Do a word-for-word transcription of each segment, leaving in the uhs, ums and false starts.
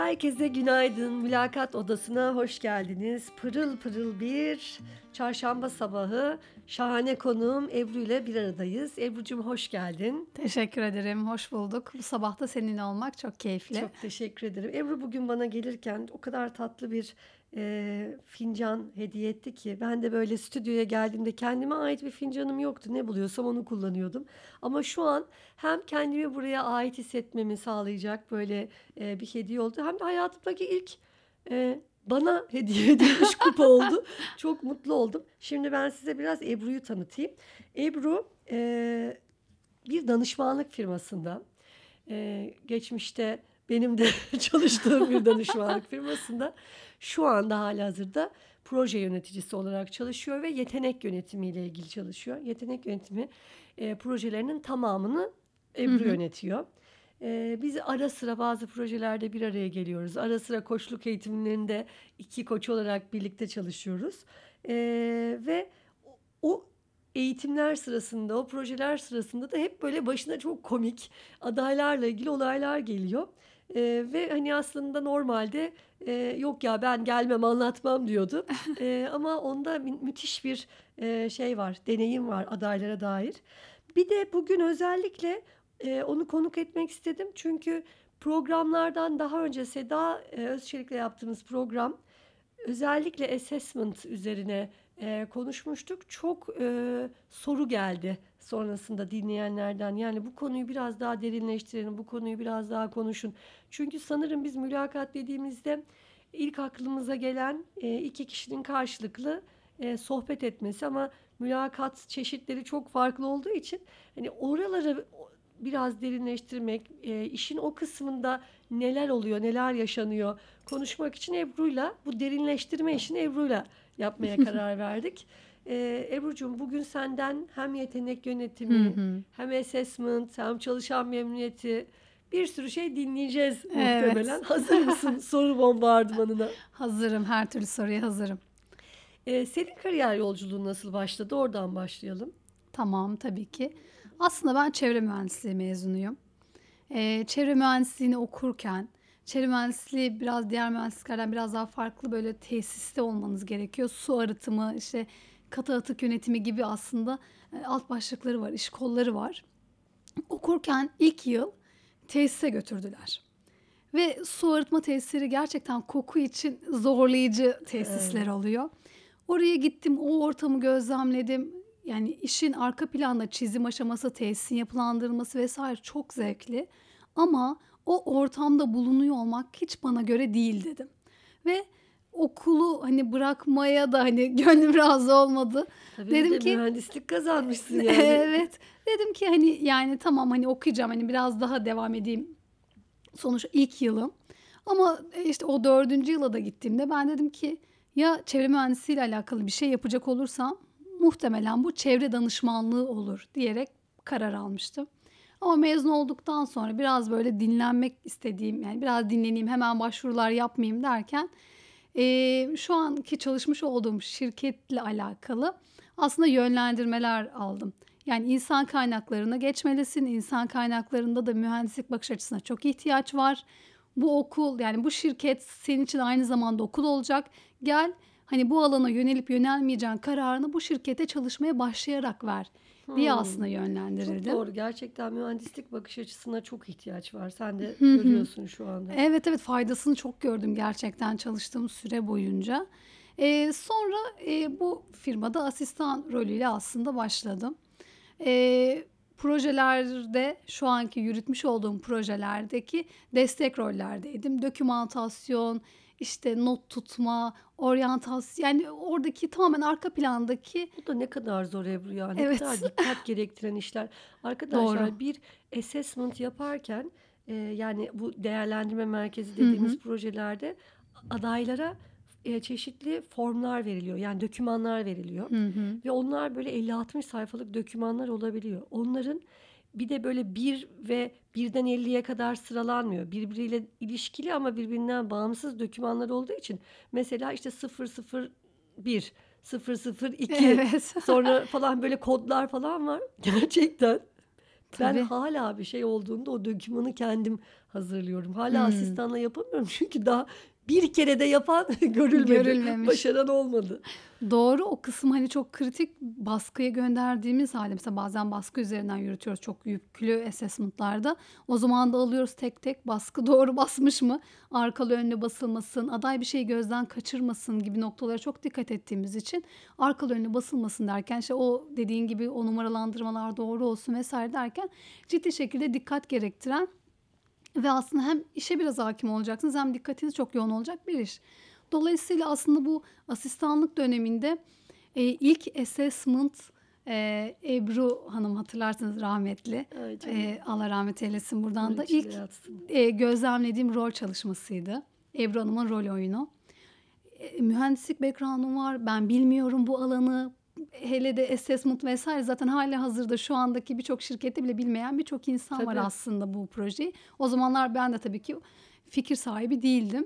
Herkese günaydın. Mülakat odasına hoş geldiniz. Pırıl pırıl bir çarşamba sabahı şahane konuğum Ebru ile bir aradayız. Ebru'cum hoş geldin. Teşekkür ederim, hoş bulduk. Bu sabah da seninle olmak çok keyifli. Çok teşekkür ederim. Ebru bugün bana gelirken o kadar tatlı bir e, fincan hediye etti ki ben de böyle stüdyoya geldiğimde kendime ait bir fincanım yoktu. Ne buluyorsam onu kullanıyordum. Ama şu an hem kendimi buraya ait hissetmemi sağlayacak böyle e, bir hediye oldu. Hem de hayatımdaki ilk e, bana hediye edilmiş kupa oldu. Çok mutlu oldum. Şimdi ben size biraz Ebru'yu tanıtayım. Ebru e, bir danışmanlık firmasında ee, geçmişte benim de çalıştığım bir danışmanlık firmasında şu anda halihazırda proje yöneticisi olarak çalışıyor ve yetenek yönetimiyle ilgili çalışıyor. Yetenek yönetimi e, projelerinin tamamını Hı Ebru hı. yönetiyor. E, biz ara sıra bazı projelerde bir araya geliyoruz. Ara sıra koçluk eğitimlerinde iki koç olarak birlikte çalışıyoruz. E, ve o eğitimler sırasında, o projeler sırasında da hep böyle başına çok komik adaylarla ilgili olaylar geliyor. Eee, ve hani aslında normalde eee, yok ya ben gelmem anlatmam diyordu. Eee, ama onda mü- müthiş bir eee, şey var, deneyim var adaylara dair. Bir de bugün özellikle eee, onu konuk etmek istedim. Çünkü programlardan daha önce Seda eee, Özçelik'le yaptığımız program özellikle assessment üzerine eee, konuşmuştuk. Çok eee, soru geldi sonrasında dinleyenlerden. Yani bu konuyu biraz daha derinleştirelim, bu konuyu biraz daha konuşun. Çünkü sanırım biz mülakat dediğimizde ilk aklımıza gelen eee, iki kişinin karşılıklı eee, sohbet etmesi ama mülakat çeşitleri çok farklı olduğu için hani oraları biraz derinleştirmek, eee, işin o kısmında neler oluyor, neler yaşanıyor konuşmak için Ebru'yla bu derinleştirme işini Ebru'yla yapmaya karar verdik. Ee, Ebru'cum bugün senden hem yetenek Hı yönetimi hı. hem assessment hem çalışan memnuniyeti bir sürü şey dinleyeceğiz muhtemelen. Evet, Hazır mısın soru bombardımanına? hazırım. Her türlü soruya hazırım. Ee, senin kariyer yolculuğun nasıl başladı? Oradan başlayalım. Tamam, tabii ki. Aslında ben çevre mühendisliği mezunuyum. Ee, çevre mühendisliğini okurken, çevre mühendisliği biraz diğer mühendisliklerden biraz daha farklı böyle tesiste olmanız gerekiyor. Su arıtımı, işte katı atık yönetimi gibi aslında e, alt başlıkları var, iş kolları var. Okurken ilk yıl tesise götürdüler. Ve su arıtma tesisleri gerçekten koku için zorlayıcı tesisler Evet. oluyor. Oraya gittim, o ortamı gözlemledim. Yani işin arka planda çizim aşaması, tesisin yapılandırılması vesaire çok zevkli. Ama o ortamda bulunuyor olmak hiç bana göre değil dedim. Ve okulu hani bırakmaya da hani gönlüm razı olmadı. Tabii bir Dedim de ki mühendislik kazanmışsın yani. evet, dedim ki hani yani tamam hani okuyacağım hani biraz daha devam edeyim. Sonuç ilk yılım. Ama e, işte o dördüncü yıla da gittiğimde ben dedim ki ya çevre mühendisliğiyle alakalı bir şey yapacak olursam muhtemelen bu çevre danışmanlığı olur diyerek karar almıştım. Ama mezun olduktan sonra biraz böyle dinlenmek istediğim yani biraz dinleneyim hemen başvurular yapmayayım derken e, şu anki çalışmış olduğum şirketle alakalı aslında yönlendirmeler aldım. Yani insan kaynaklarına geçmelisin. İnsan kaynaklarında da mühendislik bakış açısına çok ihtiyaç var. Bu okul yani bu şirket senin için aynı zamanda okul olacak. Gel hani bu alana yönelip yönelmeyeceğin kararını bu şirkete çalışmaya başlayarak ver diye Hmm. aslında Çok yönlendirildim. doğru. Gerçekten mühendislik bakış açısına çok ihtiyaç var. Sen de Hı hı. görüyorsun şu anda. Evet evet faydasını çok gördüm gerçekten çalıştığım süre boyunca. Ee, sonra e, bu firmada asistan rolüyle aslında başladım. Ee, projelerde şu anki yürütmüş olduğum projelerdeki destek rollerdeydim. Dokümantasyon, işte not tutma, oryantasyon yani oradaki tamamen arka plandaki Bu da ne kadar zor Ebru ya. Ne evet kadar dikkat gerektiren işler. doğru. Arkadaşlar bir assessment yaparken e, yani bu değerlendirme merkezi Hı hı, dediğimiz projelerde adaylara e, çeşitli formlar veriliyor. Yani dokümanlar veriliyor. hı hı, Ve onlar böyle elli altmış sayfalık dokümanlar olabiliyor. Onların bir de böyle bir ve birden elliye kadar sıralanmıyor. Birbiriyle ilişkili ama birbirinden bağımsız dokümanlar olduğu için mesela işte sıfır sıfır bir, sıfır sıfır iki evet. sonra falan böyle kodlar falan var. Gerçekten Ben Tabii. hâlâ bir şey olduğunda o dokümanı kendim hazırlıyorum. Hâlâ Hımm. asistanla yapamıyorum çünkü daha bir kere de yapan görülmedi, Görülmemiş. başaran olmadı. Doğru, o kısım, hani, çok kritik. Baskıya gönderdiğimiz hâlde mesela bazen baskı üzerinden yürütüyoruz çok yüklü assessment'larda. O zaman da alıyoruz tek tek baskı doğru basmış mı, arkalı önlü basılmasın, aday bir şeyi gözden kaçırmasın gibi noktalara çok dikkat ettiğimiz için arkalı önlü basılmasın derken, işte, o dediğin gibi o numaralandırmalar doğru olsun vesaire derken ciddi şekilde dikkat gerektiren ve aslında hem işe biraz hâkim olacaksınız hem dikkatiniz çok yoğun olacak bir iş. Dolayısıyla aslında bu asistanlık döneminde, eee, ilk assessment, eee, Ebru Hanım hatırlarsınız rahmetli, Ay canım, eee, Allah rahmet eylesin buradan nur da ilk, içinde yatsın. eee, gözlemlediğim rol çalışmasıydı. Ebru Hanım'ın rol oyunu. Eee, mühendislik background'um var. Ben bilmiyorum bu alanı. Hele de assessment vesaire zaten hâlihazırda şu andaki birçok şirkette bile bilmeyen birçok insan var Tabii. aslında bu projeyi. O zamanlar ben de tabii ki fikir sahibi değildim.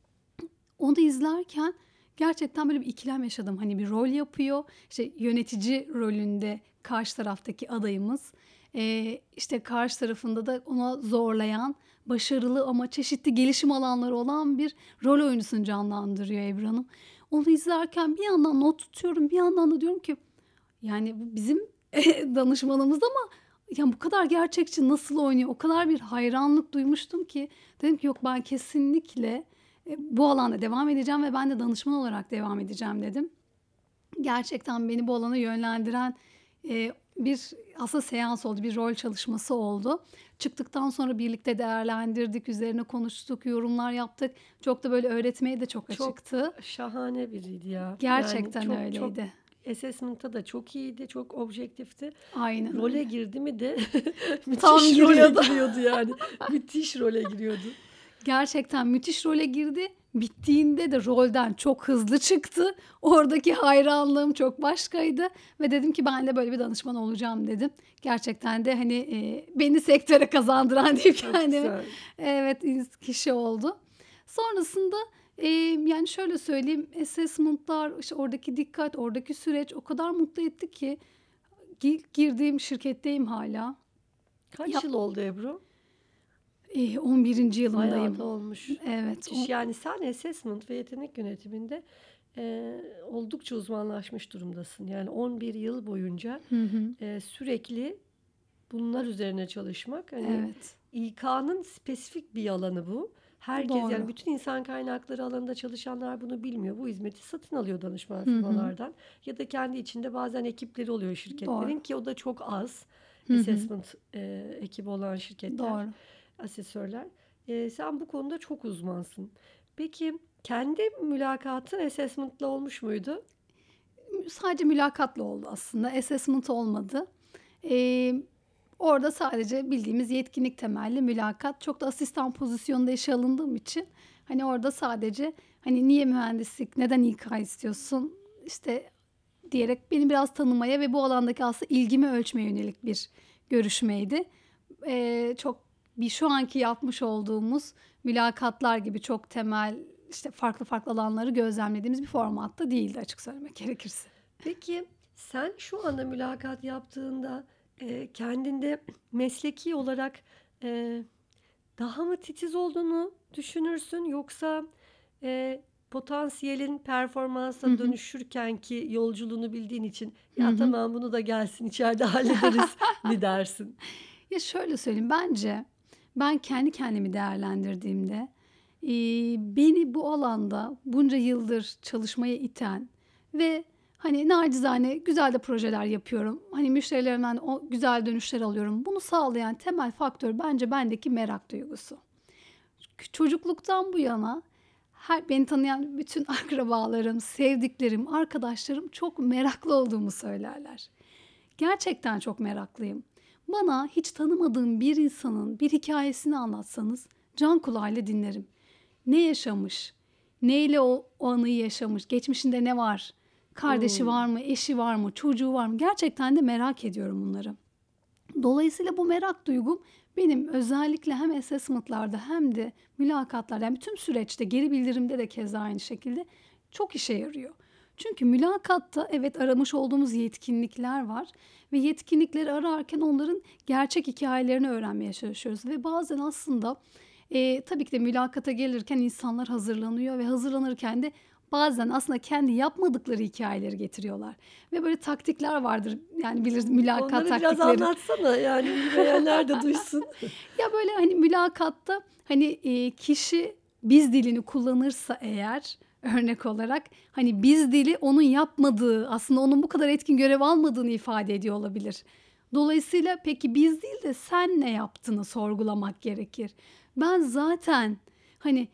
Onu izlerken gerçekten böyle bir ikilem yaşadım. Hani bir rol yapıyor, işte yönetici rolünde karşı taraftaki adayımız. Eee, işte karşı tarafında da ona zorlayan, başarılı ama çeşitli gelişim alanları olan bir rol oyuncusunu canlandırıyor Ebru Hanım. Onu izlerken bir yandan not tutuyorum, bir yandan da diyorum ki yani bu bizim danışmanımız ama ya bu kadar gerçekçi nasıl oynuyor? O kadar bir hayranlık duymuştum ki dedim ki yok ben kesinlikle e, bu alanda devam edeceğim ve ben de danışman olarak devam edeceğim dedim. Gerçekten beni bu alana yönlendiren e, bir aslında seans oldu, bir rol çalışması oldu. Çıktıktan sonra birlikte değerlendirdik, üzerine konuştuk, yorumlar yaptık. Çok da böyle öğretmeye de çok Çok açıktı. şahane biriydi ya. Yani Gerçekten çok çok öyleydi. assessment'ta da çok iyiydi, çok objektifti. Aynen Role öyle. girdi mi de Tam müthiş role giriyordu. giriyordu yani. Müthiş role giriyordu. Gerçekten müthiş role girdi. Bittiğinde de rolden çok hızlı çıktı. Oradaki hayranlığım çok başkaydı ve dedim ki ben de böyle bir danışman olacağım dedim. Gerçekten de hani e, beni sektöre kazandıran diyeyim Çok kendimi. güzel. Evet ins- kişi oldu. Sonrasında e, yani şöyle söyleyeyim assessment'lar işte oradaki dikkat, oradaki süreç o kadar mutlu etti ki gi- girdiğim şirketteyim hala. Kaç Ya, yıl oldu Ebru? e, on birinci Bayağı yılımdayım. da olmuş. Evet. Müthiş. Yani sen assessment ve yetenek yönetiminde eee, oldukça uzmanlaşmış durumdasın. Yani on bir yıl boyunca Hı hı. eee, sürekli bunlar üzerine çalışmak. Hani Evet. İK'nın spesifik bir alanı bu. Herkes yani Doğru. bütün insan kaynakları alanında çalışanlar bunu bilmiyor. Bu hizmeti satın alıyor danışman Hı hı. firmalardan. Ya da kendi içinde bazen ekipleri oluyor Doğru. şirketlerin ki o da çok az. Hı hı. Assessment eee, ekibi olan şirketler, Doğru. asesörler. Eee, sen bu konuda çok uzmansın. Peki kendi mülakatın assessment'la olmuş muydu? Sadece mülakatla oldu aslında. Assessment olmadı. Eee, orada sadece bildiğimiz yetkinlik temelli mülakat. Çok da asistan pozisyonunda işe alındığım için hani orada sadece hani niye mühendislik, neden İK istiyorsun işte diyerek beni biraz tanımaya ve bu alandaki aslında ilgimi ölçmeye yönelik bir görüşmeydi. Eee, çok bir şu anki yapmış olduğumuz mülakatlar gibi çok temel işte farklı farklı alanları gözlemlediğimiz bir formatta değildi açık söylemek gerekirse. Peki sen şu anda mülakat yaptığında eee, kendinde mesleki olarak eee, daha mı titiz olduğunu düşünürsün yoksa eee, potansiyelin Hı performansa hı. dönüşürken ki yolculuğunu bildiğin için Hı ya hı. tamam bunu da gelsin içeride hallederiz mi dersin? Ya şöyle söyleyeyim bence ben kendi kendimi değerlendirdiğimde eee, beni bu alanda bunca yıldır çalışmaya iten ve hani nacizane güzel de projeler yapıyorum. Hani müşterilerimden o güzel dönüşler alıyorum. Bunu sağlayan temel faktör bence bendeki merak duygusu. Çocukluktan bu yana her beni tanıyan bütün akrabalarım, sevdiklerim, arkadaşlarım çok meraklı olduğumu söylerler. Gerçekten çok meraklıyım. Bana hiç tanımadığım bir insanın bir hikayesini anlatsanız can kulağıyla dinlerim. Ne yaşamış? Neyle o, o anıyı yaşamış? Geçmişinde ne var? Kardeşi Hmm. var mı? Eşi var mı? Çocuğu var mı? Gerçekten de merak ediyorum bunları. Dolayısıyla bu merak duygum benim özellikle hem assessment'larda hem de mülakatlarda yani bütün süreçte geri bildirimde de keza aynı şekilde çok işe yarıyor. Çünkü mülakatta evet aramış olduğumuz yetkinlikler var ve yetkinlikleri ararken onların gerçek hikayelerini öğrenmeye çalışıyoruz. Ve bazen aslında e, tabii ki de mülakata gelirken insanlar hazırlanıyor ve hazırlanırken de bazen aslında kendi yapmadıkları hikayeleri getiriyorlar. Ve böyle taktikler vardır yani biliriz mülakat Onları biraz taktikleri. anlatsana, yani bilmeyenler de duysun. Ya böyle hani mülakatta hani e, kişi biz dilini kullanırsa eğer örnek olarak hani biz dili onun yapmadığı aslında onun bu kadar etkin görev almadığını ifade ediyor olabilir. Dolayısıyla peki biz değil de sen ne yaptığını sorgulamak gerekir. Ben zaten hani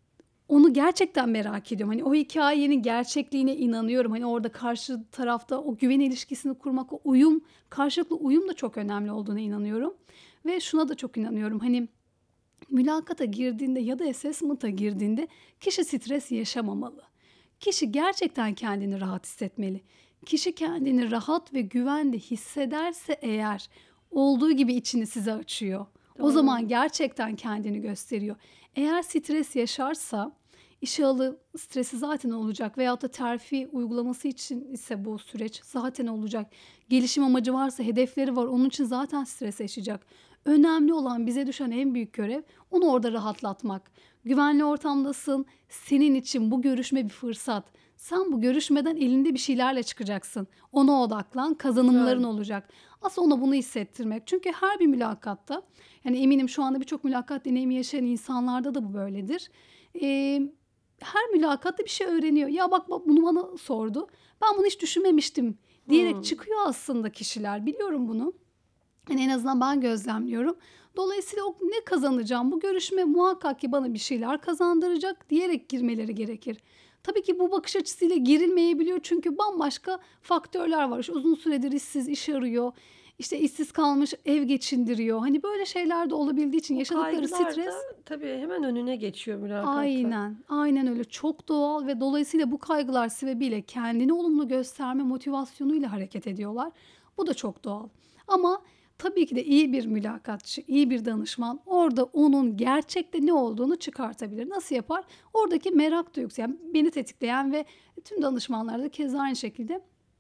onu gerçekten merak ediyorum. Hani o hikayenin gerçekliğine inanıyorum. Hani orada karşı tarafta o güven ilişkisini kurmak, o uyum, karşılıklı uyum da çok önemli olduğuna inanıyorum. Ve şuna da çok inanıyorum. Hani mülakata girdiğinde ya da assessment'a girdiğinde kişi stres yaşamamalı. Kişi gerçekten kendini rahat hissetmeli. Kişi kendini rahat ve güvende hissederse eğer olduğu gibi içini size açıyor. O Doğru. zaman gerçekten kendini gösteriyor. Eğer stres yaşarsa işe alım stresi zaten olacak veyahut da terfi uygulaması için ise bu süreç zaten olacak. Gelişim amacı varsa, hedefleri var, onun için zaten stres yaşayacak. Önemli olan bize düşen en büyük görev onu orada rahatlatmak. Güvenli ortamdasın. Senin için bu görüşme bir fırsat. Sen bu görüşmeden elinde bir şeylerle çıkacaksın. Ona odaklan, kazanımların Güzel. olacak. Aslında ona bunu hissettirmek. Çünkü her bir mülakatta, yani eminim şu anda birçok mülakat deneyimi yaşayan insanlarda da bu böyledir. Ee, her mülakatta bir şey öğreniyor. Ya bak, bak bunu bana sordu. Ben bunu hiç düşünmemiştim diyerek Hmm. çıkıyor aslında kişiler. Biliyorum bunu. Yani en azından ben gözlemliyorum. Dolayısıyla o ne kazanacağım? Bu görüşme muhakkak ki bana bir şeyler kazandıracak diyerek girmeleri gerekir. Tabii ki bu bakış açısıyla girilmeyebiliyor çünkü bambaşka faktörler var. İşte uzun süredir işsiz, iş arıyor. İşte işsiz kalmış, ev geçindiriyor. Hani böyle şeyler de olabildiği için O yaşadıkları kaygılar da stres tabii hemen önüne geçiyor mülakatta. aynen, aynen öyle çok doğal ve dolayısıyla bu kaygılar sebebiyle kendini olumlu gösterme motivasyonuyla hareket ediyorlar. Bu da çok doğal. Ama tabii ki de iyi bir mülakatçı, iyi bir danışman orada onun gerçekte ne olduğunu çıkartabilir. Nasıl yapar? Oradaki merak duygusu, yani beni tetikleyen ve tüm danışmanlarda keza aynı şekilde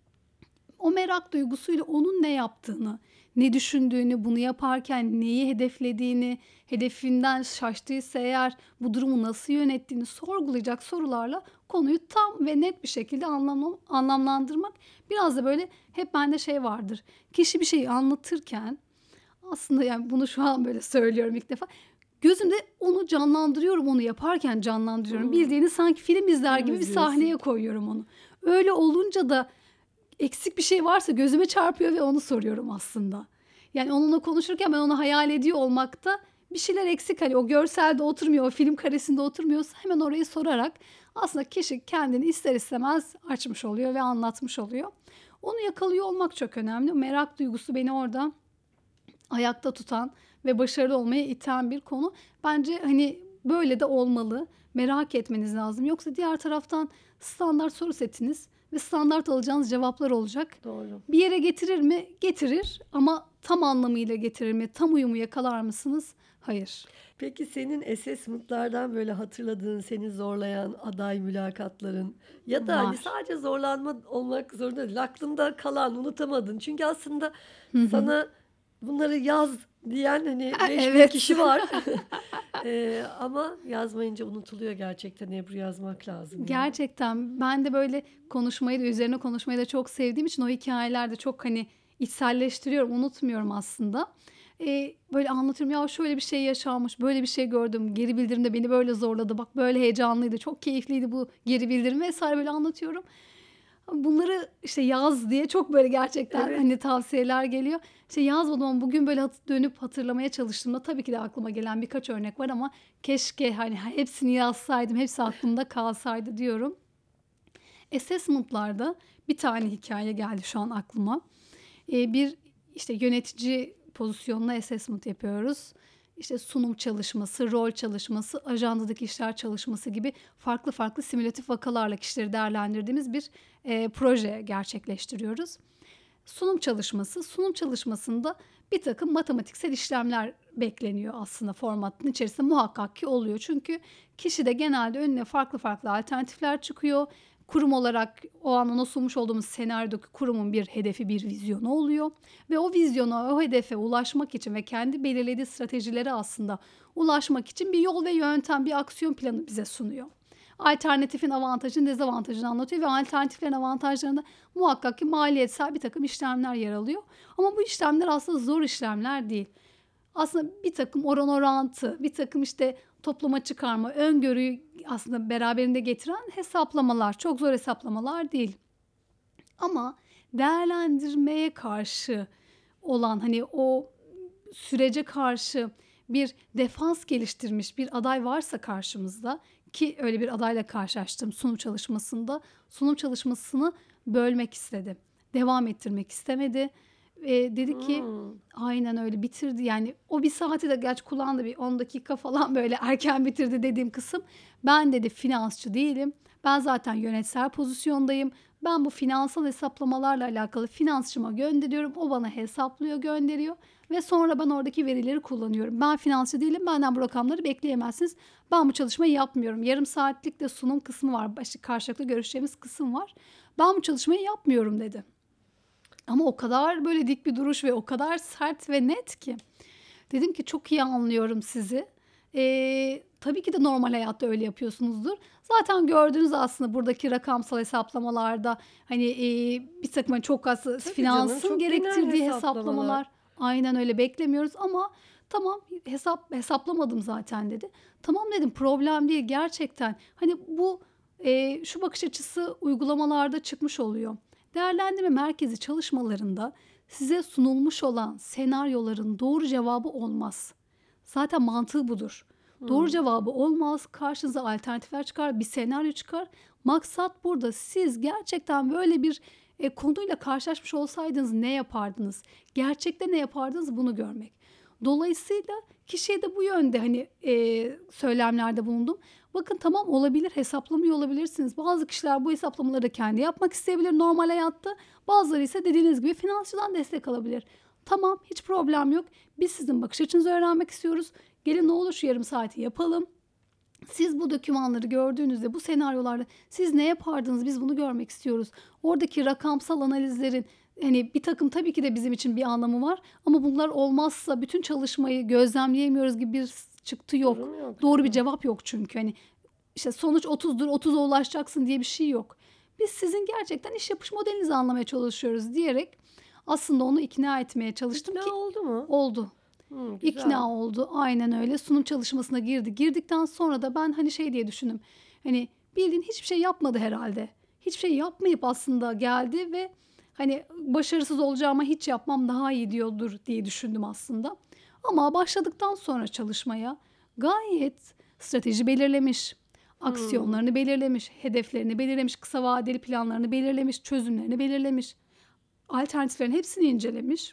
o merak duygusuyla onun ne yaptığını, ne düşündüğünü, bunu yaparken neyi hedeflediğini, hedefinden şaştıysa eğer bu durumu nasıl yönettiğini sorgulayacak sorularla konuyu tam ve net bir şekilde anlam anlamlandırmak. Biraz da böyle hep bende şey vardır. Kişi bir şeyi anlatırken aslında yani bunu şu an böyle söylüyorum ilk defa. Gözümde onu canlandırıyorum, onu yaparken canlandırıyorum. Hmm. Bildiğiniz sanki film izler Film gibi bir izliyorsun. sahneye koyuyorum onu. Öyle olunca da eksik bir şey varsa gözüme çarpıyor ve onu soruyorum aslında. Yani onunla konuşurken ben onu hayal ediyor olmakta bir şeyler eksik. Hani o görselde oturmuyor, o film karesinde oturmuyorsa hemen orayı sorarak aslında kişi kendini ister istemez açmış oluyor ve anlatmış oluyor. Onu yakalıyor olmak çok önemli. Merak duygusu beni orada ayakta tutan ve başarılı olmaya iten bir konu. Bence hani böyle de olmalı. Merak etmeniz lazım. Yoksa diğer taraftan standart soru setiniz ve standart alacağınız cevaplar olacak. Doğru. Bir yere getirir mi? Getirir ama tam anlamıyla getirir mi? Tam uyumu yakalar mısınız? Hayır. Peki senin assessment'lardan böyle hatırladığın, seni zorlayan aday mülakatların ya da hani Var. sadece zorlanma olmak zorunda değil, aklında kalan, unutamadın. Çünkü aslında Hı hı. sana bunları yaz diyen hani Ha, beş bin evet. kişi var. Eee, ama yazmayınca unutuluyor gerçekten. Ebru, yazmak lazım ya. Gerçekten ben de böyle konuşmayı da üzerine konuşmayı da çok sevdiğim için o hikayeler de çok hani içselleştiriyorum, unutmuyorum aslında. Ee, böyle anlatıyorum ya şöyle bir şey yaşanmış, böyle bir şey gördüm, geri bildirimde beni böyle zorladı, bak böyle heyecanlıydı, çok keyifliydi bu geri bildirim vesaire böyle anlatıyorum. Bunları işte yaz diye çok böyle gerçekten Evet. hani tavsiyeler geliyor. İşte yazmadım ama bugün böyle hat- dönüp hatırlamaya çalıştığımda tabii ki de aklıma gelen birkaç örnek var ama keşke hani hepsini yazsaydım, hepsi aklımda kalsaydı diyorum. Assessment'larda bir tane hikaye geldi şu an aklıma. Ee, bir işte yönetici pozisyonuna assessment yapıyoruz. İşte sunum çalışması, rol çalışması, ajandadaki işler çalışması gibi farklı farklı simülatif vakalarla kişileri değerlendirdiğimiz bir e, proje gerçekleştiriyoruz. Sunum çalışması, sunum çalışmasında bir takım matematiksel işlemler bekleniyor aslında formatın içerisinde muhakkak ki oluyor. Çünkü kişi de genelde önüne farklı farklı alternatifler çıkıyor. kurum olarak o an ona sunmuş olduğumuz senaryodaki kurumun bir hedefi, bir vizyonu oluyor. Ve o vizyona, o hedefe ulaşmak için ve kendi belirlediği stratejilere aslında ulaşmak için bir yol ve yöntem, bir aksiyon planı bize sunuyor. Alternatifin avantajını, dezavantajını anlatıyor ve alternatiflerin avantajlarında muhakkak ki maliyetsel bir takım işlemler yer alıyor. Ama bu işlemler aslında zor işlemler değil. Aslında bir takım oran orantı, bir takım işte toplama çıkarma, öngörüyü aslında beraberinde getiren hesaplamalar. Çok zor hesaplamalar değil. Ama değerlendirmeye karşı olan hani o sürece karşı bir defans geliştirmiş bir aday varsa karşımızda, ki öyle bir adayla karşılaştım sunum çalışmasında, sunum çalışmasını bölmek istedi. Devam ettirmek istemedi. Ee, dedi ki Hmm. aynen öyle bitirdi. Yani o bir saati de gerçi kullandı, bir on dakika falan böyle erken bitirdi dediğim kısım. Ben dedi finansçı değilim. Ben zaten yönetsel pozisyondayım. Ben bu finansal hesaplamalarla alakalı finansçıma gönderiyorum. O bana hesaplıyor, gönderiyor ve sonra ben oradaki verileri kullanıyorum. Ben finansçı değilim. Benden bu rakamları bekleyemezsiniz. Ben bu çalışmayı yapmıyorum. Yarım saatlik de sunum kısmı var. Başka karşılıklı görüşeceğimiz kısım var. Ben bu çalışmayı yapmıyorum dedi. Ama o kadar böyle dik bir duruş ve o kadar sert ve net ki. Dedim ki çok iyi anlıyorum sizi. Ee, tabii ki de normal hayatta öyle yapıyorsunuzdur. Zaten gördüğünüz aslında buradaki rakamsal hesaplamalarda hani e, bir takım hani çok az Tabii canım, finansın çok genel gerektirdiği hesaplamalar. hesaplamalar. Aynen öyle beklemiyoruz ama tamam hesap hesaplamadım zaten dedi. Tamam dedim, problem değil gerçekten. Hani bu e, şu bakış açısı uygulamalarda çıkmış oluyor. Değerlendirme merkezi çalışmalarında size sunulmuş olan senaryoların doğru cevabı olmaz. Zaten mantığı budur. Doğru Hmm. cevabı olmaz. Karşınıza alternatifler çıkar, bir senaryo çıkar. Maksat burada siz gerçekten böyle bir e, konuyla karşılaşmış olsaydınız ne yapardınız? Gerçekte ne yapardınız bunu görmek. Dolayısıyla kişiye de bu yönde hani e, söylemlerde bulundum. Bakın tamam olabilir, hesaplamıyor olabilirsiniz. Bazı kişiler bu hesaplamaları kendi yapmak isteyebilir normal hayatta. Bazıları ise dediğiniz gibi finansçıdan destek alabilir. Tamam, hiç problem yok. Biz sizin bakış açınızı öğrenmek istiyoruz. Gelin ne olur şu yarım saati yapalım. Siz bu dokümanları gördüğünüzde bu senaryolarda siz ne yapardınız, biz bunu görmek istiyoruz. Oradaki rakamsal analizlerin hani bir takım tabii ki de bizim için bir anlamı var. Ama bunlar olmazsa bütün çalışmayı gözlemleyemiyoruz gibi bir çıktı yok. Durum yok Doğru bir tabii. cevap yok çünkü. Hani işte sonuç otuzdur, otuza ulaşacaksın diye bir şey yok. Biz sizin gerçekten iş yapış modelinizi anlamaya çalışıyoruz diyerek aslında onu ikna etmeye çalıştım ki İkna oldu mu? oldu. Hmm, güzel. İkna oldu. Aynen öyle. Sunum çalışmasına girdi. Girdikten sonra da ben hani şey diye düşündüm. Hani bildiğin hiçbir şey yapmadı herhalde. Hiçbir şey yapmayıp aslında geldi ve hani başarısız olacağıma hiç yapmam daha iyi diyordur diye düşündüm aslında. Ama başladıktan sonra çalışmaya gayet strateji belirlemiş, Hmm. aksiyonlarını belirlemiş, hedeflerini belirlemiş, kısa vadeli planlarını belirlemiş, çözümlerini belirlemiş, alternatiflerin hepsini incelemiş.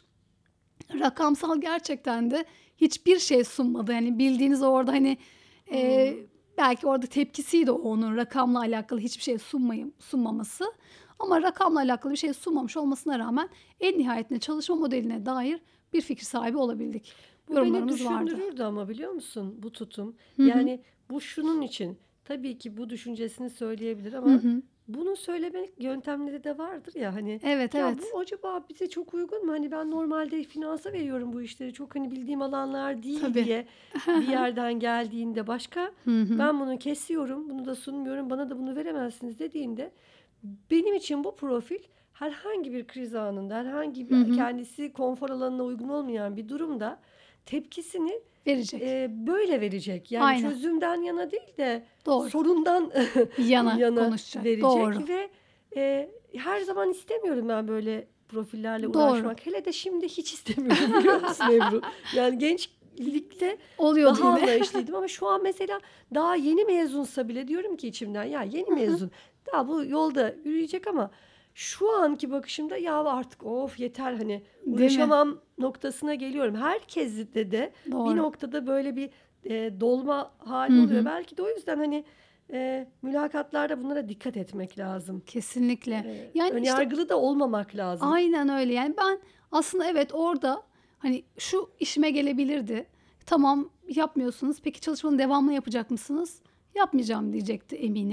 Rakamsal gerçekten de hiçbir şey sunmadı. Yani bildiğiniz orada hani e, Hmm. belki orada tepkisiydi o onun rakamla alakalı hiçbir şey sunmayım, sunmaması. Ama rakamla alakalı bir şey sunmamış olmasına rağmen en nihayetinde çalışma modeline dair bir fikir sahibi olabildik. Bu beni Yorumlarımız vardı. düşündürürdü ama biliyor musun bu tutum? Hı hı, Yani bu şunun için. Tabii ki bu düşüncesini söyleyebilir hı ama hı. bunu söylemek yöntemleri de vardır ya hani Evet ya evet. bu acaba bize çok uygun mu? Hani ben normalde finansa veriyorum bu işleri çok hani bildiğim alanlar değil Tabii. diye bir yerden geldiğinde başka Hı hı, ben bunu kesiyorum, bunu da sunmuyorum, bana da bunu veremezsiniz dediğinde benim için bu profil herhangi bir kriz anında, herhangi hı bir hı. kendisi konfor alanına uygun olmayan bir durumda tepkisini Verecek. e, böyle verecek. Yani Aynen. çözümden yana değil de Doğru. sorundan Yana yana konuşacak. Doğru. verecek ve e, her zaman istemiyorum ben böyle profillerle Doğru. uğraşmak. Hele de şimdi hiç istemiyorum biliyor musun Ebru? Yani gençlikte Oluyordu daha yine. anlayışlıydım ama şu an mesela daha yeni mezunsa bile diyorum ki içimden ya yeni mezun daha bu yolda yürüyecek ama şu anki bakışımda ya artık of yeter hani Değil mi? uğraşamam noktasına geliyorum. Herkeste de bir Doğru. noktada böyle bir e, dolma hali Hı oluyor. hı. Belki de o yüzden hani e, mülakatlarda bunlara dikkat etmek lazım. Kesinlikle. E, Yani işte önyargılı da olmamak lazım. aynen öyle. Yani ben aslında evet orada hani şu işime gelebilirdi. Tamam yapmıyorsunuz. Peki çalışmanın devamını yapacak mısınız? Yapmayacağım diyecekti eminim.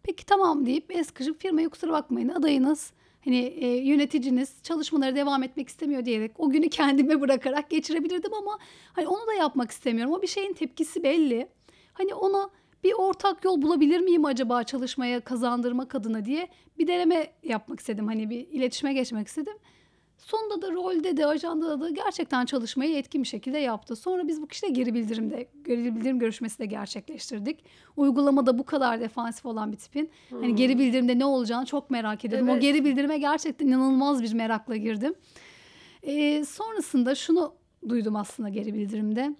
Peki tamam deyip es kışıp firmaya kusura bakmayın adayınız hani e, yöneticiniz çalışmalara devam etmek istemiyor diyerek o günü kendime bırakarak geçirebilirdim ama hani onu da yapmak istemiyorum. O bir şeyin tepkisi belli. Hani ona bir ortak yol bulabilir miyim acaba çalışmaya kazandırmak adına diye bir deneme yapmak istedim. Hani bir iletişime geçmek istedim. Sonunda da rolde de ajandada da gerçekten çalışmayı etkin bir şekilde yaptı. Sonra biz bu kişiyle geri bildirimde geri bildirim görüşmesi de gerçekleştirdik. Uygulamada bu kadar defansif olan bir tipin hani geri Hımm. bildirimde ne olacağını çok merak ediyordum. O Evet. geri bildirime gerçekten inanılmaz bir merakla girdim. Eee, sonrasında şunu duydum aslında geri bildirimde.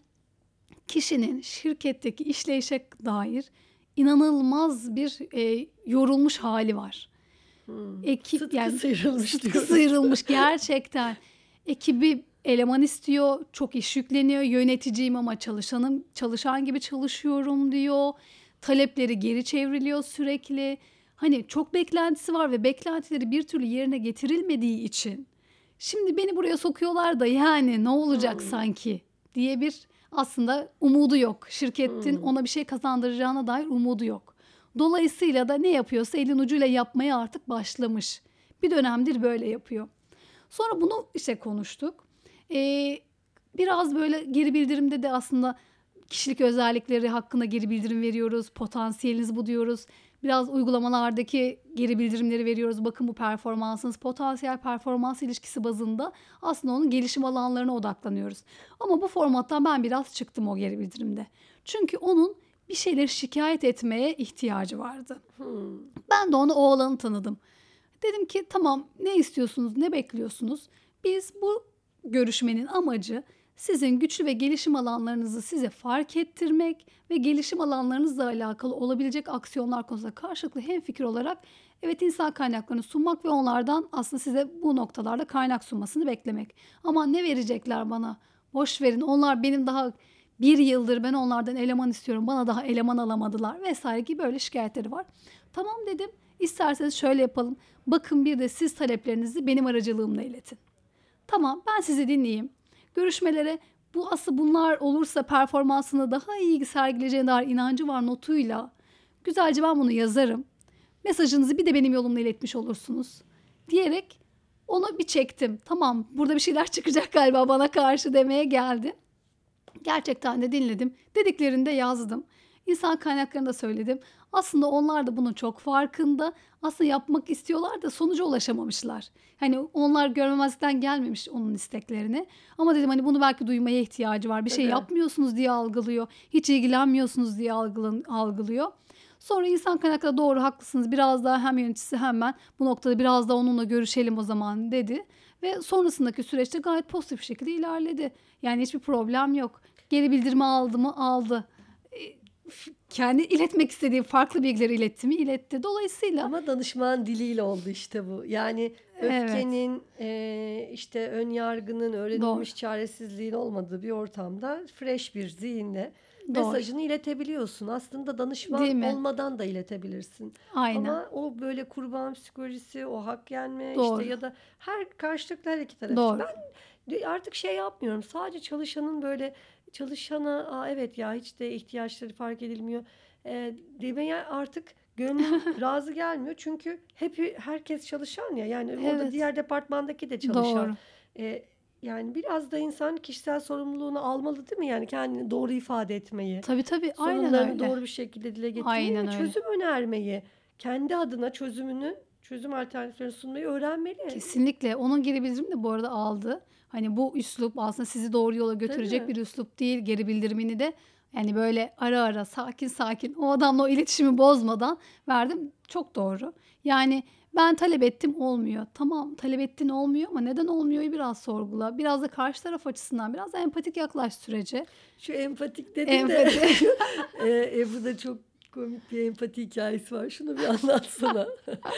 Kişinin şirketteki işleyişe dair inanılmaz bir, eee, yorulmuş hali var. Hımm. Ekip Sıtkı yani sıyrılmış sıtkı diyoruz. sıyrılmış gerçekten. Ekibi eleman istiyor, çok iş yükleniyor. Yöneticiyim ama çalışanım çalışan gibi çalışıyorum diyor. Talepleri geri çevriliyor sürekli. Hani çok beklentisi var ve beklentileri bir türlü yerine getirilmediği için şimdi beni buraya sokuyorlar da yani ne olacak Hımm. sanki diye bir aslında umudu yok. Şirketin Hımm. ona bir şey kazandıracağına dair umudu yok. Dolayısıyla da ne yapıyorsa elin ucuyla yapmaya artık başlamış. Bir dönemdir böyle yapıyor. Sonra bunu işte konuştuk. Eee, biraz böyle geri bildirimde de aslında kişilik özellikleri hakkında geri bildirim veriyoruz. Potansiyeliniz bu diyoruz. Biraz uygulamalardaki geri bildirimleri veriyoruz. Bakın bu performansınız, potansiyel performans ilişkisi bazında aslında onun gelişim alanlarına odaklanıyoruz. Ama bu formattan ben biraz çıktım o geri bildirimde. Çünkü onun bir şeyleri şikayet etmeye ihtiyacı vardı. Hımm. Ben de ona o alanı tanıdım. Dedim ki tamam ne istiyorsunuz, ne bekliyorsunuz? Biz bu görüşmenin amacı sizin güçlü ve gelişim alanlarınızı size fark ettirmek ve gelişim alanlarınızla alakalı olabilecek aksiyonlar konusunda karşılıklı hemfikir olarak evet insan kaynaklarını sunmak ve onlardan aslında size bu noktalarda kaynak sunmasını beklemek. Ama ne verecekler bana? Boş verin onlar benim daha bir yıldır ben onlardan eleman istiyorum bana daha eleman alamadılar vesaire gibi böyle şikayetleri var. Tamam dedim. İsterseniz şöyle yapalım. Bakın bir de siz taleplerinizi benim aracılığımla iletin. Tamam ben sizi dinleyeyim. Görüşmelere bu asıl bunlar olursa performansını daha iyi sergileyeceğine dair inancı var notuyla. Güzelce ben bunu yazarım. Mesajınızı bir de benim yolumla iletmiş olursunuz. Diyerek onu bir çektim. Tamam burada bir şeyler çıkacak galiba bana karşı demeye geldi. Gerçekten de dinledim. Dediklerini de yazdım. İnsan kaynaklarında söyledim. Aslında onlar da bunun çok farkında. Aslında yapmak istiyorlar da sonuca ulaşamamışlar. Hani onlar görmemezlikten gelmemiş onun isteklerini. Ama dedim hani bunu belki duymaya ihtiyacı var. Bir şey Tabii. yapmıyorsunuz diye algılıyor. Hiç ilgilenmiyorsunuz diye algılan- algılıyor. Sonra insan kaynakları doğru haklısınız. Biraz daha hem yöneticisi hem ben bu noktada biraz daha onunla görüşelim o zaman dedi. Ve sonrasındaki süreçte gayet pozitif bir şekilde ilerledi. Yani hiçbir problem yok. Geri bildirimi aldı mı? Aldı. E, f- Kendi iletmek istediği farklı bilgileri iletti mi? İletti. Dolayısıyla Ama danışman diliyle oldu işte bu. Yani evet öfkenin, eee, işte ön yargının, doğru. öğrenilmiş çaresizliğin olmadığı bir ortamda fresh bir zihinle Doğru. mesajını iletebiliyorsun. Aslında Değil danışman mi? olmadan da iletebilirsin. Aynen. Ama o böyle kurban psikolojisi, o hak yenme işte Doğru. ya da her karşılıklı her iki taraf için. Doğru. Ben de artık şey yapmıyorum. Sadece çalışanın böyle çalışana, "A, evet ya hiç de ihtiyaçları fark edilmiyor." eee, demeye artık gönlüm razı gelmiyor. Çünkü hep herkes çalışan ya. Yani orada Evet. diğer departmandaki de çalışan. Doğru. Eee, yani biraz da insan kişisel sorumluluğunu almalı değil mi? Yani kendini doğru ifade etmeyi, Tabii tabii. Aynen sorunlarını öyle. doğru bir şekilde dile getirmeyi Aynen ve öyle. çözüm önermeyi, kendi adına çözümünü, çözüm alternatiflerini sunmayı öğrenmeli. Kesinlikle. Onun geri bildirimini de bu arada aldı. Hani bu üslup aslında sizi doğru yola götürecek Tabii. bir üslup değil. Geri bildirimini de yani böyle ara ara sakin sakin o adamla o iletişimi bozmadan verdim. Çok doğru. Yani ben talep ettim olmuyor. Tamam talep ettin olmuyor ama neden olmuyor biraz sorgula. Biraz da karşı taraf açısından biraz da empatik yaklaş sürece. Şu empatik dedin de Empati. eee, Ebru'da çok komik bir empati hikayesi var. Şunu bir anlatsana.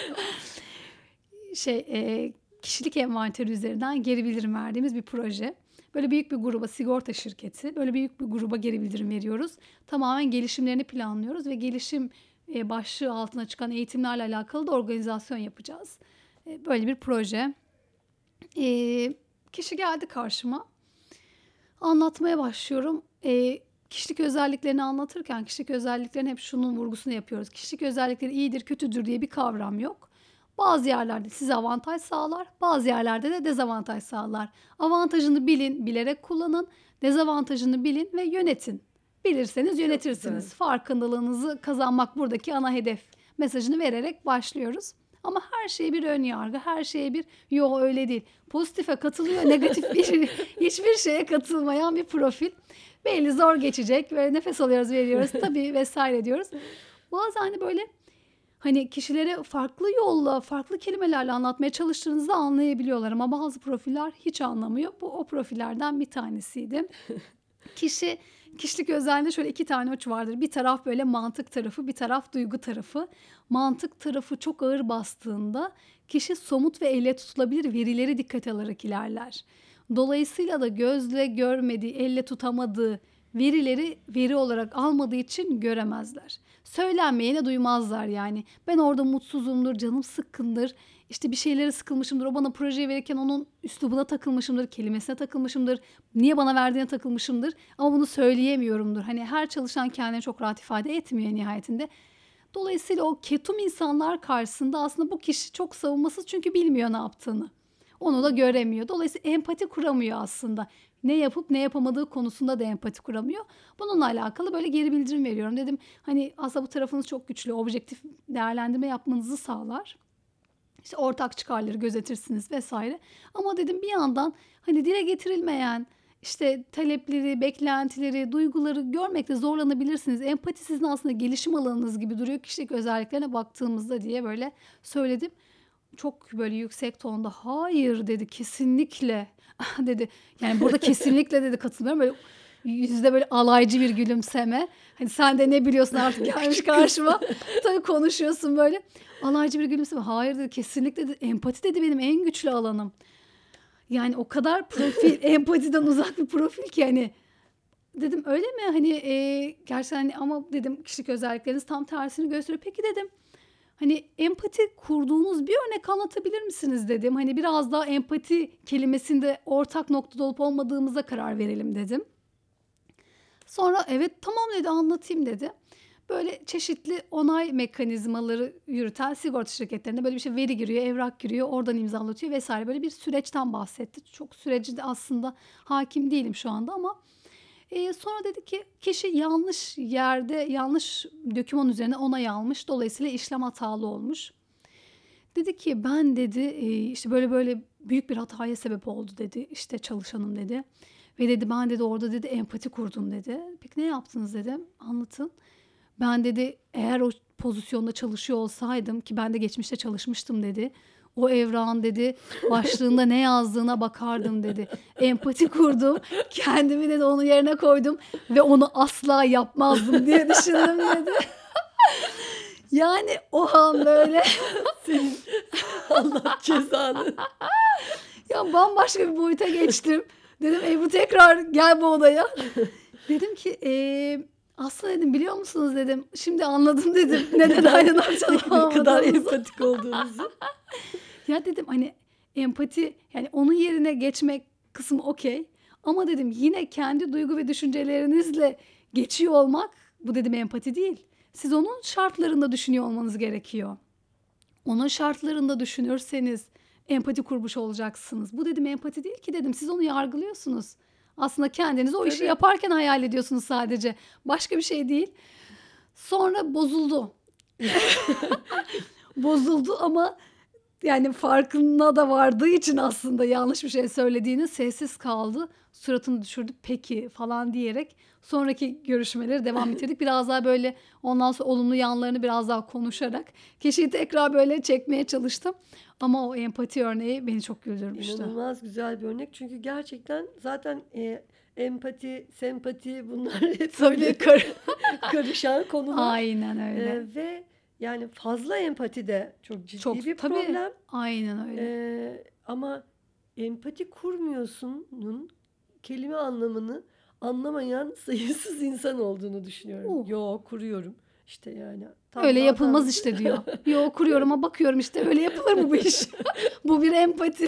Şey, eee, kişilik envanteri üzerinden geri bildirim verdiğimiz bir proje. Böyle büyük bir gruba, sigorta şirketi, böyle büyük bir gruba geri bildirim veriyoruz. Tamamen gelişimlerini planlıyoruz ve gelişim eee, başlığı altına çıkan eğitimlerle alakalı da organizasyon yapacağız. Eee, böyle bir proje. Eee, kişi geldi karşıma. Anlatmaya başlıyorum. Eee, kişilik özelliklerini anlatırken kişilik özelliklerin hep şunun vurgusunu yapıyoruz. Kişilik özellikleri iyidir, kötüdür diye bir kavram yok. Bazı yerlerde size avantaj sağlar, bazı yerlerde de dezavantaj sağlar. Avantajını bilin, bilerek kullanın. Dezavantajını bilin ve yönetin. Bilirseniz Çok yönetirsiniz. güzel. Farkındalığınızı kazanmak buradaki ana hedef mesajını vererek başlıyoruz. Ama her şeye bir ön yargı, her şeye bir yo öyle değil. Pozitife katılıyor, negatif bir hiçbir şeye katılmayan bir profil. Belli zor geçecek ve nefes alıyoruz, veriyoruz tabii vesaire diyoruz. Bazen hani böyle hani kişilere farklı yolla, farklı kelimelerle anlatmaya çalıştığınızda anlayabiliyorlar ama bazı profiller hiç anlamıyor. Bu o profillerden bir tanesiydi. Kişi kişilik özelliğinde şöyle iki tane uç vardır. Bir taraf böyle mantık tarafı, bir taraf duygu tarafı. Mantık tarafı çok ağır bastığında kişi somut ve elle tutulabilir verileri dikkate alarak ilerler. Dolayısıyla da gözle görmediği, elle tutamadığı verileri veri olarak almadığı için göremezler. Söylenmeyene duymazlar yani. Ben orada mutsuzumdur, canım sıkkındır, işte bir şeylere sıkılmışımdır, o bana projeyi verirken onun üslubuna takılmışımdır, kelimesine takılmışımdır, niye bana verdiğine takılmışımdır ama bunu söyleyemiyorumdur. Hani her çalışan kendini çok rahat ifade etmiyor nihayetinde. Dolayısıyla o ketum insanlar karşısında aslında bu kişi çok savunmasız çünkü bilmiyor ne yaptığını. Onu da göremiyor. Dolayısıyla empati kuramıyor aslında. Ne yapıp ne yapamadığı konusunda da empati kuramıyor. Bununla alakalı böyle geri bildirim veriyorum. Dedim hani aslında bu tarafınız çok güçlü. Objektif değerlendirme yapmanızı sağlar. İşte ortak çıkarları gözetirsiniz vesaire. Ama dedim bir yandan hani dile getirilmeyen işte talepleri, beklentileri, duyguları görmekte zorlanabilirsiniz. Empati sizin aslında gelişim alanınız gibi duruyor kişilik özelliklerine baktığımızda diye böyle söyledim. Çok böyle yüksek tonda hayır dedi, kesinlikle dedi. Yani burada kesinlikle dedi, katılmıyorum. Böyle yüzde böyle alaycı bir gülümseme. Hani sen de ne biliyorsun artık gelmiş karşıma. Tabii konuşuyorsun böyle. Alaycı bir gülümseme. Hayır dedi, kesinlikle dedi. Empati dedi benim en güçlü alanım. Yani o kadar profil, empatiden uzak bir profil ki hani. Dedim öyle mi? Hani e, gerçekten hani ama dedim kişilik özellikleriniz tam tersini gösteriyor. Peki dedim. Hani empati kurduğunuz bir örnek anlatabilir misiniz dedim. Hani biraz daha empati kelimesinde ortak noktada olup olmadığımıza karar verelim dedim. Sonra evet tamam dedi, anlatayım dedi. Böyle çeşitli onay mekanizmaları yürüten sigorta şirketlerinde böyle bir şey, veri giriyor, evrak giriyor, oradan imzalatıyor vesaire, böyle bir süreçten bahsetti. Çok süreci de aslında hakim değilim şu anda ama e, sonra dedi ki kişi yanlış yerde yanlış doküman üzerine onay almış, dolayısıyla işlem hatalı olmuş. Dedi ki ben dedi e, işte böyle böyle büyük bir hataya sebep oldu dedi işte çalışanım dedi. Ve dedi ben dedi orada dedi empati kurdum dedi. Peki ne yaptınız dedim, anlatın. Ben dedi eğer o pozisyonda çalışıyor olsaydım, ki ben de geçmişte çalışmıştım dedi. O evrağın dedi başlığında ne yazdığına bakardım dedi. Empati kurdum. Kendimi dedi onun yerine koydum ve onu asla yapmazdım diye düşündüm dedi. Yani o an böyle Senin Allah cezanı. ya bambaşka bir boyuta geçtim. Dedim Ebru tekrar gel bu odaya. Dedim ki eee aslında dedim biliyor musunuz dedim. Şimdi anladım dedim. Neden aynı noktada Ne kadar olmadığımızı. empatik olduğunuzu. Ya dedim hani empati, yani onun yerine geçmek kısmı okey. Ama dedim yine kendi duygu ve düşüncelerinizle geçiyor olmak, bu dedim empati değil. Siz onun şartlarında düşünüyor olmanız gerekiyor. Onun şartlarında düşünürseniz empati kurmuş olacaksınız. Bu dedim empati değil ki dedim. Siz onu yargılıyorsunuz. Aslında kendiniz o işi Tabii. yaparken hayal ediyorsunuz sadece. Başka bir şey değil. Sonra bozuldu. Bozuldu ama yani farkına da vardığı için aslında yanlış bir şey söylediğini, sessiz kaldı. Suratını düşürdü peki falan diyerek sonraki görüşmeleri devam ettirdik. Biraz daha böyle ondan sonra olumlu yanlarını biraz daha konuşarak kişiyi tekrar böyle çekmeye çalıştım. Ama o empati örneği beni çok güldürmüştü. İnanılmaz güzel bir örnek. Çünkü gerçekten zaten e, empati, sempati bunlar hep Tabii böyle kar- karışan konular. Aynen öyle. E, ve yani fazla empati de çok ciddi Çok bir tabii. problem. Aynen öyle. E, ama empati kurmuyorsunun kelime anlamını anlamayan sayısız insan olduğunu düşünüyorum. Uh. Yo kuruyorum. İşte yani. tam Öyle da yapılmaz adam- işte diyor. Yo kuruyorum ama bakıyorum işte öyle yapılır mı bu iş? Bu bir empati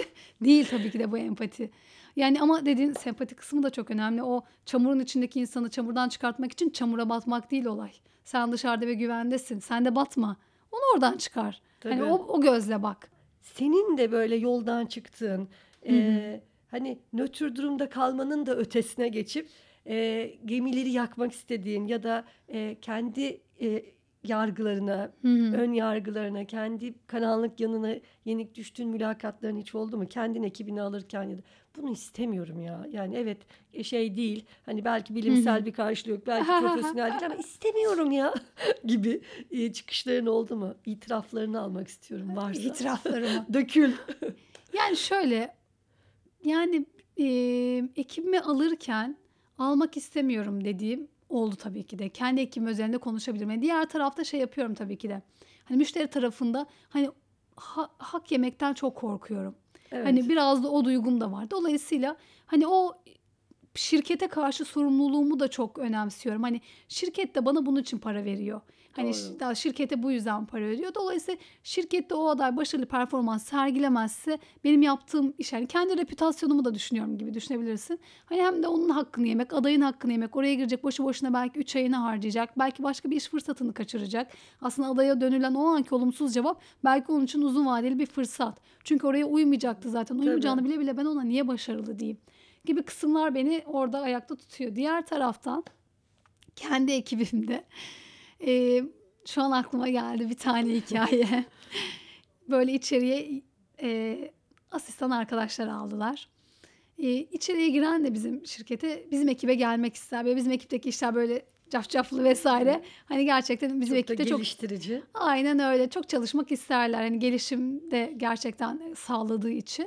Değil tabii ki de bu empati. Yani ama dediğin sempati kısmı da çok önemli. O çamurun içindeki insanı çamurdan çıkartmak için çamura batmak değil olay. Sen dışarıda ve güvendesin. Sen de batma. Onu oradan çıkar. Hani o, Tabii. o gözle bak. Senin de böyle yoldan çıktığın, Hı hı. eee, hani nötr durumda kalmanın da ötesine geçip eee, gemileri yakmak istediğin ya da eee, kendi eee, yargılarına, Hı hı. ön yargılarına, kendi karanlık yanına yenik düştüğün mülakatların hiç oldu mu? Kendin ekibini alırken ya da bunu istemiyorum ya. Yani evet e, şey değil. Hani belki Hı hı. bilimsel bir karşılığı yok, belki profesyonel değil ama istemiyorum ya gibi e, çıkışların oldu mu? İtiraflarını almak istiyorum varsa. İtiraflarımı. Dökül. Yani şöyle, yani eee ekibimi alırken almak istemiyorum dediğim oldu tabii ki de. Kendi ekibim özelinde konuşabilirim. Yani diğer tarafta şey yapıyorum tabii ki de. Hani müşteri tarafında hani ha- hak yemekten çok korkuyorum. Hani Evet. biraz da o duygum da var. Dolayısıyla hani o şirkete karşı sorumluluğumu da çok önemsiyorum. Hani şirket de bana bunun için para veriyor. Hani ş- Doğru. daha şirkete bu yüzden para veriyor. Dolayısıyla şirkette o aday başarılı performans sergilemezse benim yaptığım iş yani kendi reputasyonumu da düşünüyorum gibi düşünebilirsin. Hani hem de onun hakkını yemek, adayın hakkını yemek, oraya girecek boşu boşuna belki üç ayını harcayacak, belki başka bir iş fırsatını kaçıracak. Aslında adaya dönülen o anki olumsuz cevap belki onun için uzun vadeli bir fırsat. Çünkü oraya uymayacaktı zaten. Tabii. Uymayacağını bile bile ben ona niye başarılı diyeyim gibi kısımlar beni orada ayakta tutuyor. Diğer taraftan kendi ekibimde eee, şu an aklıma geldi bir tane hikaye. Böyle içeriye eee, asistan arkadaşlar aldılar. Eee içeriye giren de bizim şirkete, bizim ekibe gelmek ister. Böyle bizim ekipteki işler böyle cafcaflı vesaire. Evet. Hani gerçekten bizim Çok da ekipte çok geliştirici. aynen öyle çok çalışmak isterler. Hani gelişim de gerçekten sağladığı için.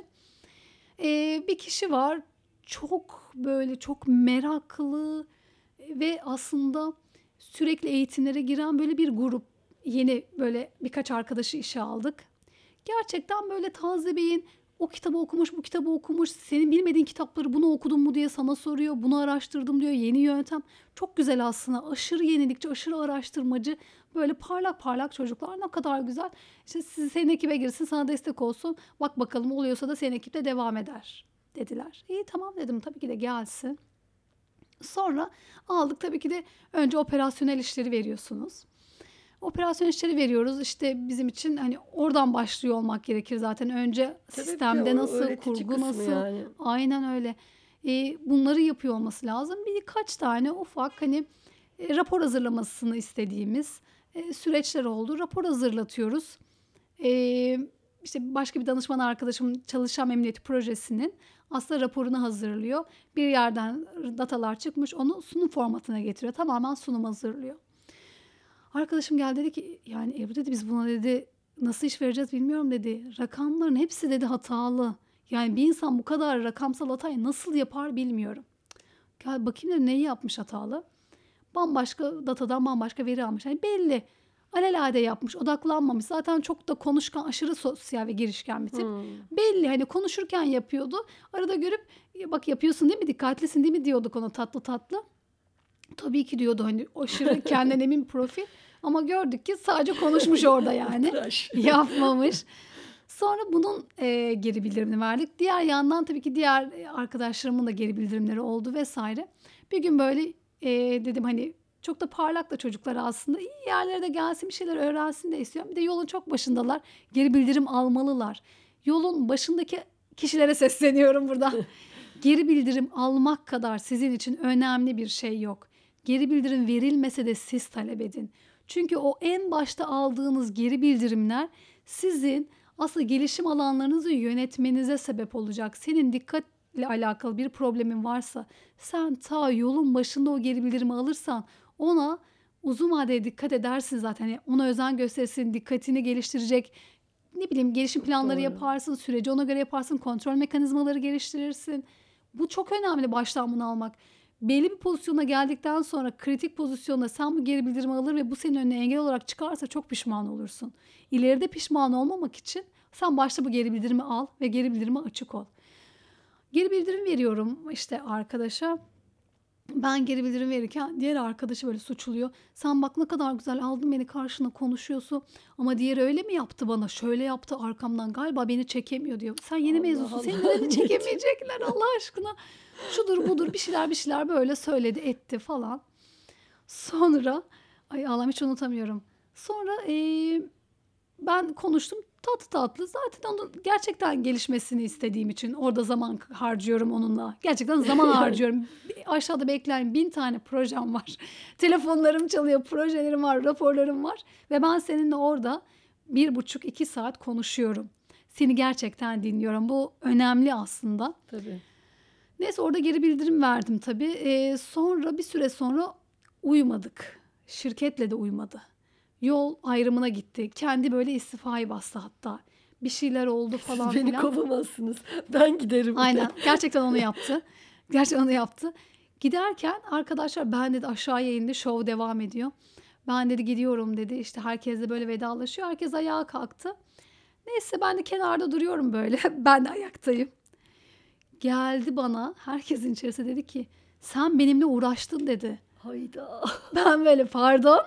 Eee, bir kişi var, çok böyle çok meraklı ve aslında sürekli eğitimlere giren böyle bir grup. Yeni böyle birkaç arkadaşı işe aldık. Gerçekten böyle taze beyin, o kitabı okumuş, bu kitabı okumuş, senin bilmediğin kitapları bunu okudun mu diye sana soruyor, bunu araştırdım diyor, yeni yöntem. Çok güzel aslında, aşırı yenilikçi, aşırı araştırmacı, böyle parlak parlak çocuklar ne kadar güzel. İşte siz, senin ekibe girsin, sana destek olsun, bak bakalım oluyorsa da senin ekipte devam eder dediler. İyi tamam dedim, tabii ki de gelsin. Sonra aldık, tabii ki de önce operasyonel işleri veriyorsunuz. Operasyon işleri veriyoruz. İşte bizim için hani oradan başlıyor olmak gerekir zaten. Önce Tabii bir de o sistemde nasıl, öğretici kurgu kısmı nasıl, yani. aynen öyle. Eee, bunları yapıyor olması lazım. Birkaç tane ufak hani e, rapor hazırlamasını istediğimiz e, süreçler oldu. Rapor hazırlatıyoruz. Eee, işte başka bir danışman arkadaşım çalışan emniyeti projesinin aslında raporunu hazırlıyor. Bir yerden datalar çıkmış, onu sunum formatına getiriyor. Tamamen sunum hazırlıyor. Arkadaşım geldi dedi ki yani Ebru dedi biz buna dedi nasıl iş vereceğiz bilmiyorum dedi. Rakamların hepsi dedi hatalı. Yani bir insan bu kadar rakamsal hatayı nasıl yapar bilmiyorum. Gel bakayım dedim neyi yapmış hatalı. Bambaşka datadan bambaşka veri almış. Yani belli. Alelade yapmış, odaklanmamış. Zaten çok da konuşkan, aşırı sosyal ve girişken bir tip. Hmm. Belli hani konuşurken yapıyordu. Arada görüp "Ya bak yapıyorsun değil mi, dikkatlisin değil mi" diyorduk ona tatlı tatlı. Tabii ki diyordu hani aşırı kendinden emin bir profil. Ama gördük ki sadece konuşmuş orada yani. Tıraş. Yapmamış. Sonra bunun e, geri bildirimini verdik. Diğer yandan tabii ki diğer e, arkadaşlarımın da geri bildirimleri oldu vesaire. Bir gün böyle e, dedim hani çok da parlak da çocuklar aslında iyi yerlere de gelsin bir şeyler öğrensin de istiyorum. Bir de yolun çok başındalar. Geri bildirim almalılar. Yolun başındaki kişilere sesleniyorum burada. Geri bildirim almak kadar sizin için önemli bir şey yok. Geri bildirim verilmese de siz talep edin. Çünkü o en başta aldığınız geri bildirimler sizin aslında gelişim alanlarınızı yönetmenize sebep olacak. Senin dikkatle alakalı bir problemin varsa sen ta yolun başında o geri bildirimi alırsan ona uzun vadede dikkat edersin zaten. Yani ona özen gösterirsin, dikkatini geliştirecek ne bileyim gelişim Çok planları doğru. yaparsın, süreci ona göre yaparsın, kontrol mekanizmaları geliştirirsin. Bu çok önemli baştan bunu almak. Belli bir pozisyona geldikten sonra kritik pozisyonda sen bu geri bildirimi alır ve bu senin önüne engel olarak çıkarsa çok pişman olursun. İleride pişman olmamak için sen başta bu geri bildirimi al ve geri bildirime açık ol. Geri bildirim veriyorum işte arkadaşa. Ben geri bildirim verirken diğer arkadaşı böyle suçluyor. Sen bak ne kadar güzel aldın beni karşına konuşuyorsun. Ama diğeri öyle mi yaptı bana? Şöyle yaptı arkamdan galiba beni çekemiyor diyor. Sen yeni Allah mezunsun. Seni Allah. neden çekemeyecekler Allah aşkına? Şudur budur bir şeyler bir şeyler böyle söyledi etti falan. Sonra ay Allah'ım hiç unutamıyorum. Sonra eee, ben konuştum tatlı tatlı. Zaten onun gerçekten gelişmesini istediğim için orada zaman harcıyorum onunla. Gerçekten zaman harcıyorum. Bir- Aşağıda bekleyen bin tane projem var. Telefonlarım çalıyor, projelerim var, raporlarım var. Ve ben seninle orada bir buçuk iki saat konuşuyorum. Seni gerçekten dinliyorum. Bu önemli aslında. Tabii. Neyse orada geri bildirim verdim tabii. Ee, sonra bir süre sonra uyumadık. Şirketle de uymadı. Yol ayrımına gitti. Kendi böyle istifayı bastı hatta. Bir şeyler oldu Siz falan beni filan. kovamazsınız. Ben giderim. Aynen. Gerçekten onu yaptı. Gerçekten onu yaptı. Giderken arkadaşlar ben dedi aşağıya indi. Şov devam ediyor. Ben dedi gidiyorum dedi. İşte herkes de böyle vedalaşıyor. Herkes ayağa kalktı. Neyse ben de kenarda duruyorum böyle. Ben de ayaktayım. Geldi bana herkesin içerisinde dedi ki sen benimle uğraştın dedi. Hayda. Ben böyle pardon.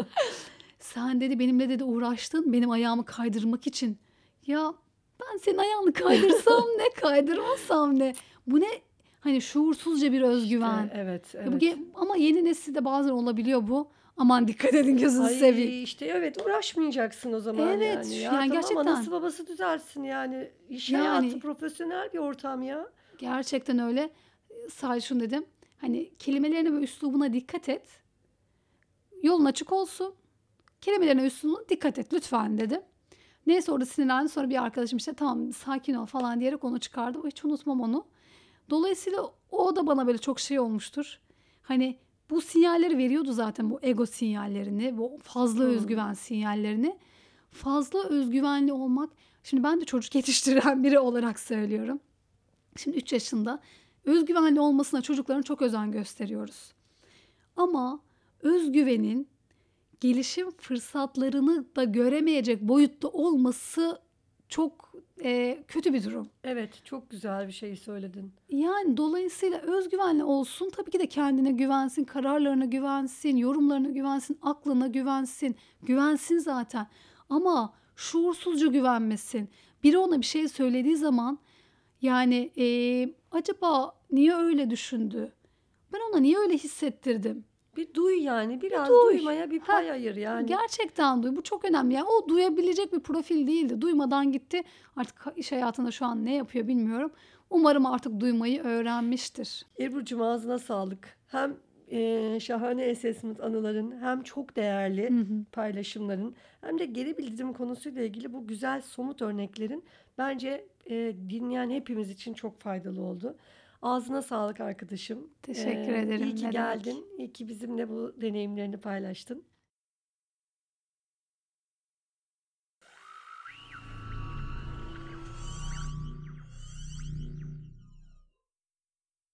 Sen dedi benimle dedi uğraştın benim ayağımı kaydırmak için. Ya ben senin ayağını kaydırsam ne kaydırmasam ne. Bu ne hani şuursuzca bir özgüven. İşte, evet, Ya bu evet. ge- ama yeni nesilde bazen olabiliyor bu. Aman dikkat edin gözünüzü seveyim. Ay işte evet uğraşmayacaksın o zaman Evet yani. şu- Ya yani tamam gerçekten anası babası düzelsin yani. İş hayatı yani profesyonel bir ortam ya. gerçekten öyle. Sadece şunu dedim. Hani kelimelerine ve üslubuna dikkat et. Yolun açık olsun. Kelimelerine üslubuna dikkat et lütfen dedim. Neyse orada sinirlendi. Sonra bir arkadaşım işte tamam sakin ol falan diyerek onu çıkardı. Hiç unutmam onu. Dolayısıyla o da bana böyle çok şey olmuştur. Hani bu sinyalleri veriyordu zaten bu ego sinyallerini, bu fazla Hmm. özgüven sinyallerini. Fazla özgüvenli olmak. Şimdi ben de çocuk yetiştiren biri olarak söylüyorum. Şimdi üç yaşında özgüvenli olmasına çocukların çok özen gösteriyoruz. Ama özgüvenin gelişim fırsatlarını da göremeyecek boyutta olması çok e, kötü bir durum. Evet çok güzel bir şey söyledin. Yani dolayısıyla özgüvenli olsun. Tabii ki de kendine güvensin, kararlarına güvensin, yorumlarına güvensin, aklına güvensin. Güvensin zaten. Ama şuursuzca güvenmesin. Biri ona bir şey söylediği zaman yani eee, acaba niye öyle düşündü? Ben ona niye öyle hissettirdim? Bir duy yani biraz Duy. duymaya bir Heh, pay ayır yani. gerçekten duy. Bu çok önemli. Yani o duyabilecek bir profil değildi. Duymadan gitti. Artık ha- iş hayatında şu an ne yapıyor bilmiyorum. Umarım artık duymayı öğrenmiştir. Ebru'cum ağzına sağlık. Hem e, şahane assessment anıların hem çok değerli Hı hı. paylaşımların hem de geri bildirim konusuyla ilgili bu güzel somut örneklerin bence e, dinleyen hepimiz için çok faydalı oldu. Ağzına sağlık arkadaşım. Teşekkür E, iyi ederim. ki Ne demek? geldin. İyi ki bizimle bu deneyimlerini paylaştın.